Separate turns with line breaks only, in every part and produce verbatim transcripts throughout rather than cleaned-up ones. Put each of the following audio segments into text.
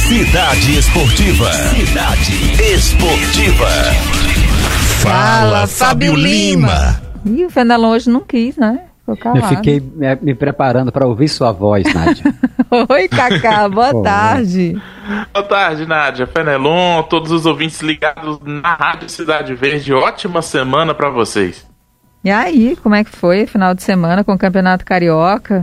Cidade Esportiva. Cidade Esportiva. Fala, Fábio Lima.
Ih, o Fenelon hoje não quis, né? Ficou calado.
Eu fiquei me, me preparando para ouvir sua voz, Nádia.
Oi, Cacá, boa
Oi.
tarde.
Boa tarde, Nádia, Fenelon, todos os ouvintes ligados na Rádio Cidade Verde. Ótima semana para vocês.
E aí, como é que foi final de semana com o Campeonato Carioca?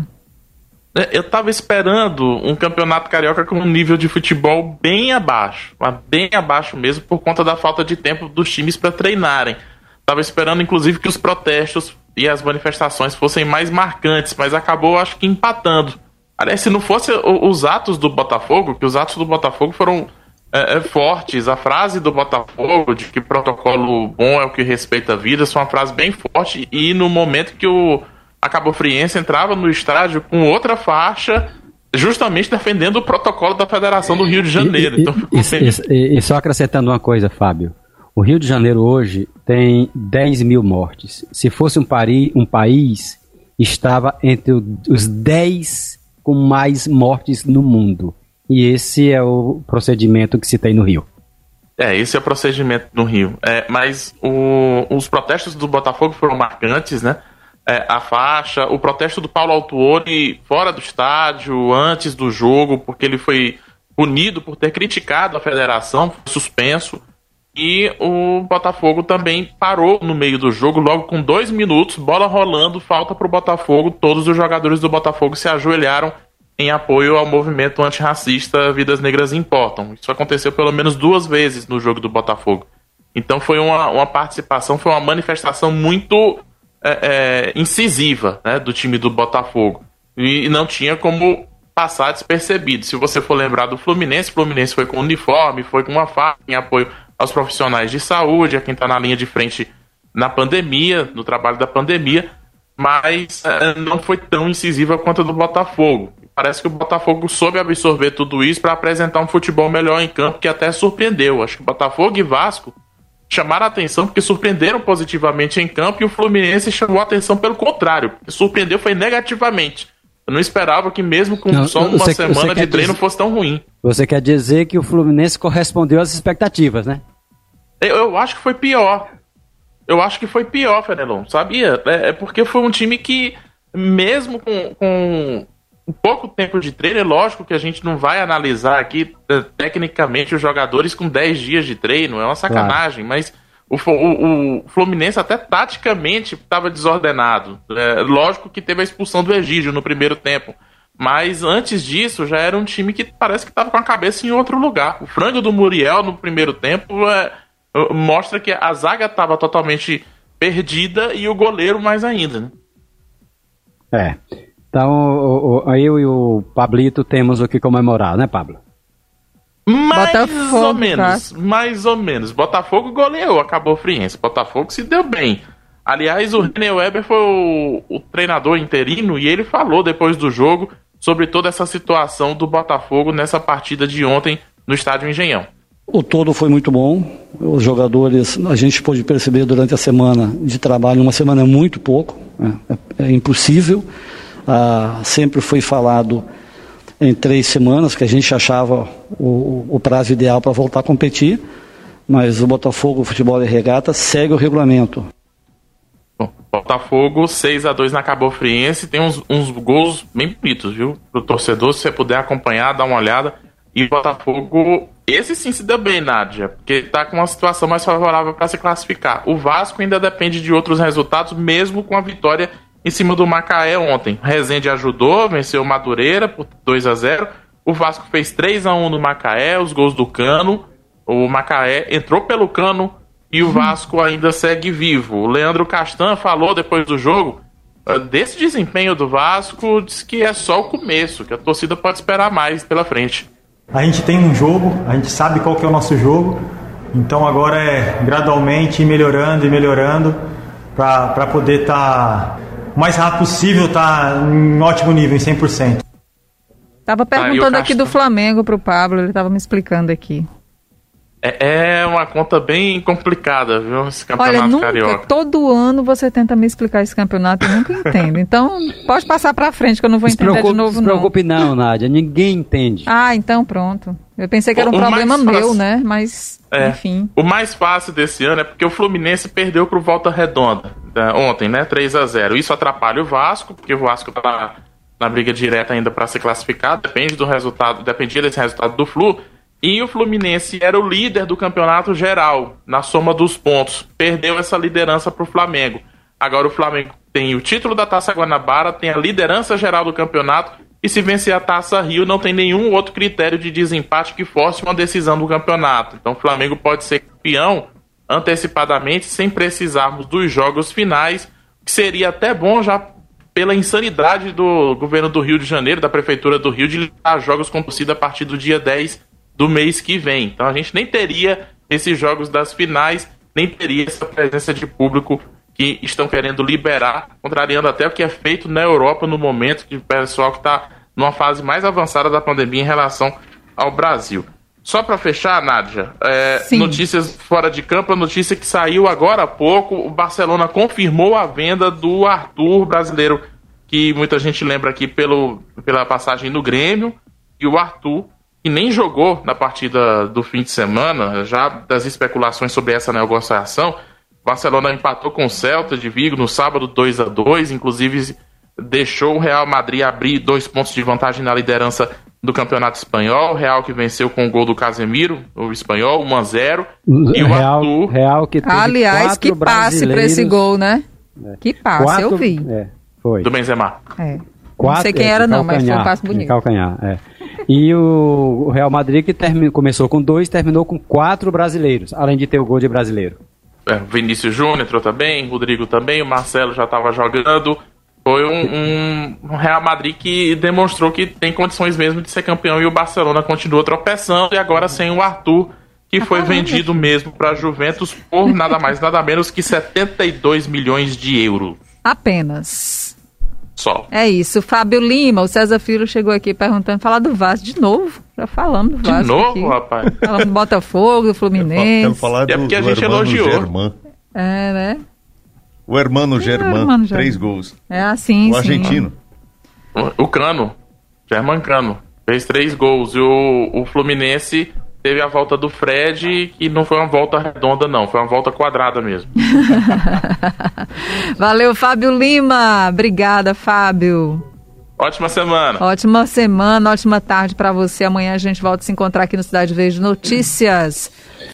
Eu tava esperando um campeonato carioca com um nível de futebol bem abaixo, mas bem abaixo mesmo, por conta da falta de tempo dos times para treinarem. Tava esperando, inclusive, que os protestos e as manifestações fossem mais marcantes, mas acabou, acho que, empatando. Aliás, se não fosse os atos do Botafogo, que os atos do Botafogo foram é, é, fortes, a frase do Botafogo de que protocolo bom é o que respeita a vida, foi uma frase bem forte, e no momento que o a Cabo Friense entrava no estádio com outra faixa, justamente defendendo o protocolo da Federação do Rio de Janeiro.
E, e,
então,
e, e, e só acrescentando uma coisa, Fábio. O Rio de Janeiro hoje tem dez mil mortes. Se fosse um, pari, um país, estava entre os dez com mais mortes no mundo. E esse é o procedimento que se tem no Rio.
É, esse é o procedimento no Rio. É, mas o, os protestos do Botafogo foram marcantes, né? É, a faixa, o protesto do Paulo Autuori fora do estádio, antes do jogo, porque ele foi punido por ter criticado a federação, foi suspenso, e o Botafogo também parou no meio do jogo, logo com dois minutos, bola rolando, falta para o Botafogo, todos os jogadores do Botafogo se ajoelharam em apoio ao movimento antirracista Vidas Negras Importam. Isso aconteceu pelo menos duas vezes no jogo do Botafogo. Então foi uma, uma participação, foi uma manifestação muito É, é, incisiva, né, do time do Botafogo, e não tinha como passar despercebido. Se você for lembrar do Fluminense, o Fluminense foi com uniforme, foi com uma faixa em apoio aos profissionais de saúde, a quem está na linha de frente na pandemia, no trabalho da pandemia, mas é, não foi tão incisiva quanto a do Botafogo. Parece que o Botafogo soube absorver tudo isso para apresentar um futebol melhor em campo, que até surpreendeu. Acho que Botafogo e Vasco chamaram a atenção porque surpreenderam positivamente em campo, e o Fluminense chamou a atenção pelo contrário, porque surpreendeu foi negativamente. Eu não esperava que mesmo com não, só uma você, semana você de treino dizer, fosse tão ruim.
Você quer dizer que o Fluminense correspondeu às expectativas, né?
Eu, eu acho que foi pior. Eu acho que foi pior, Fenelon, sabia? É, é porque foi um time que, mesmo com, com um pouco tempo de treino, é lógico que a gente não vai analisar aqui tecnicamente os jogadores com dez dias de treino, é uma sacanagem, claro. Mas o, o, o Fluminense até taticamente estava desordenado. É, lógico que teve a expulsão do Egídio no primeiro tempo, mas antes disso já era um time que parece que estava com a cabeça em outro lugar. O frango do Muriel no primeiro tempo é, mostra que a zaga estava totalmente perdida e o goleiro mais ainda, né?
É. Então, o, o, eu e o Pablito temos o que comemorar, né, Pablo?
Mais
Botafogo,
ou menos, tá? mais ou menos. Botafogo goleou a Cabo Friense. Botafogo se deu bem. Aliás, o René Weber foi o, o treinador interino e ele falou depois do jogo sobre toda essa situação do Botafogo nessa partida de ontem no Estádio Engenhão.
O todo foi muito bom. Os jogadores, a gente pôde perceber durante a semana de trabalho, uma semana é muito pouco, é, é impossível. Ah, sempre foi falado em três semanas, que a gente achava o, o prazo ideal para voltar a competir, mas o Botafogo Futebol e Regata segue o regulamento.
Bom, Botafogo seis a dois na Cabo Friense, tem uns, uns gols bem bonitos, viu? Pro torcedor, se você puder acompanhar, dá uma olhada. E o Botafogo, esse sim se deu bem, Nádia, porque tá com uma situação mais favorável para se classificar. O Vasco ainda depende de outros resultados, mesmo com a vitória em cima do Macaé ontem. Rezende ajudou, venceu o Madureira por dois a zero. O Vasco fez três a um no Macaé, os gols do Cano. O Macaé entrou pelo Cano e o Vasco ainda segue vivo. O Leandro Castan falou depois do jogo desse desempenho do Vasco, disse que é só o começo, que a torcida pode esperar mais pela frente.
A gente tem um jogo, a gente sabe qual que é o nosso jogo, então agora é gradualmente ir melhorando e melhorando para poder estar... Tá o mais rápido possível, tá em ótimo nível, em cem por cento.
Tava perguntando ah, aqui do Flamengo pro Pablo, ele tava me explicando aqui.
É, é uma conta bem complicada, viu? Esse campeonato
Olha, nunca,
carioca.
todo ano você tenta me explicar esse campeonato, eu nunca entendo. Então, pode passar pra frente que eu não vou
Se
entender
preocupe,
de novo,
se
não.
preocupe não, Nádia. Ninguém entende.
Ah, então pronto. Eu pensei que era um
O- o
problema
mais
meu,
fácil-
né? Mas,
É.
enfim.
O mais fácil desse ano é porque o Fluminense perdeu pro Volta Redonda né, ontem, né? três a zero. Isso atrapalha o Vasco, porque o Vasco tá na, na briga direta ainda para ser classificado. Depende do resultado, dependia desse resultado do Flu. E o Fluminense era o líder do campeonato geral, na soma dos pontos. Perdeu essa liderança pro Flamengo. Agora o Flamengo tem o título da Taça Guanabara, tem a liderança geral do campeonato. E se vencer a Taça Rio, não tem nenhum outro critério de desempate que force uma decisão do campeonato. Então o Flamengo pode ser campeão antecipadamente, sem precisarmos dos jogos finais, que seria até bom já pela insanidade do governo do Rio de Janeiro, da Prefeitura do Rio, de limitar jogos com torcida a partir do dia dez do mês que vem. Então a gente nem teria esses jogos das finais, nem teria essa presença de público que estão querendo liberar, contrariando até o que é feito na Europa no momento, que o pessoal que está numa fase mais avançada da pandemia em relação ao Brasil. Só para fechar, Nádia, é, notícias fora de campo, a notícia que saiu agora há pouco, o Barcelona confirmou a venda do Arthur, brasileiro, que muita gente lembra aqui pelo, pela passagem no Grêmio, e o Arthur, que nem jogou na partida do fim de semana, já das especulações sobre essa negociação. Barcelona empatou com o Celta de Vigo no sábado dois a dois, inclusive deixou o Real Madrid abrir dois pontos de vantagem na liderança do Campeonato Espanhol. O Real que venceu com o gol do Casemiro, o Espanhol, um a zero. E o
Real,
Arthur...
Real que teve
Aliás, que passe para esse gol, né?
É.
Que passe,
quatro,
eu vi.
É, foi.
Do Benzema.
É.
Quatro,
não sei quem
é,
era não,
calcanhar,
mas foi um passe
de
bonito.
calcanhar, é. E o, o Real Madrid que terminou, começou com dois, terminou com quatro brasileiros, além de ter o gol de brasileiro.
É, Vinícius Júnior entrou também, Rodrigo também, o Marcelo já estava jogando. Foi um, um, um Real Madrid que demonstrou que tem condições mesmo de ser campeão, e o Barcelona continua tropeçando, e agora sem o Arthur, que foi vendido mesmo para a Juventus por nada mais nada menos que setenta e dois milhões de euros.
Apenas.
Só.
É isso. Fábio Lima, o César Filho chegou aqui perguntando, falar do Vasco de novo. Já falamos do Vasco
De novo,
aqui.
rapaz?
Falamos do Botafogo, do Fluminense.
Quero falar do,
É porque a
do
gente
Hermano
elogiou.
Germán.
É, né?
O Hermano Germán,
Hermano
três
Germán.
gols.
É assim,
O
sim.
argentino.
O, o Cano, Germán Cano, fez três gols. E o, o Fluminense teve a volta do Fred, que não foi uma volta redonda, não. Foi uma volta quadrada mesmo.
Valeu, Fábio Lima. Obrigada, Fábio.
Ótima semana.
Ótima semana, ótima tarde para você. Amanhã a gente volta a se encontrar aqui no Cidade Verde Notícias.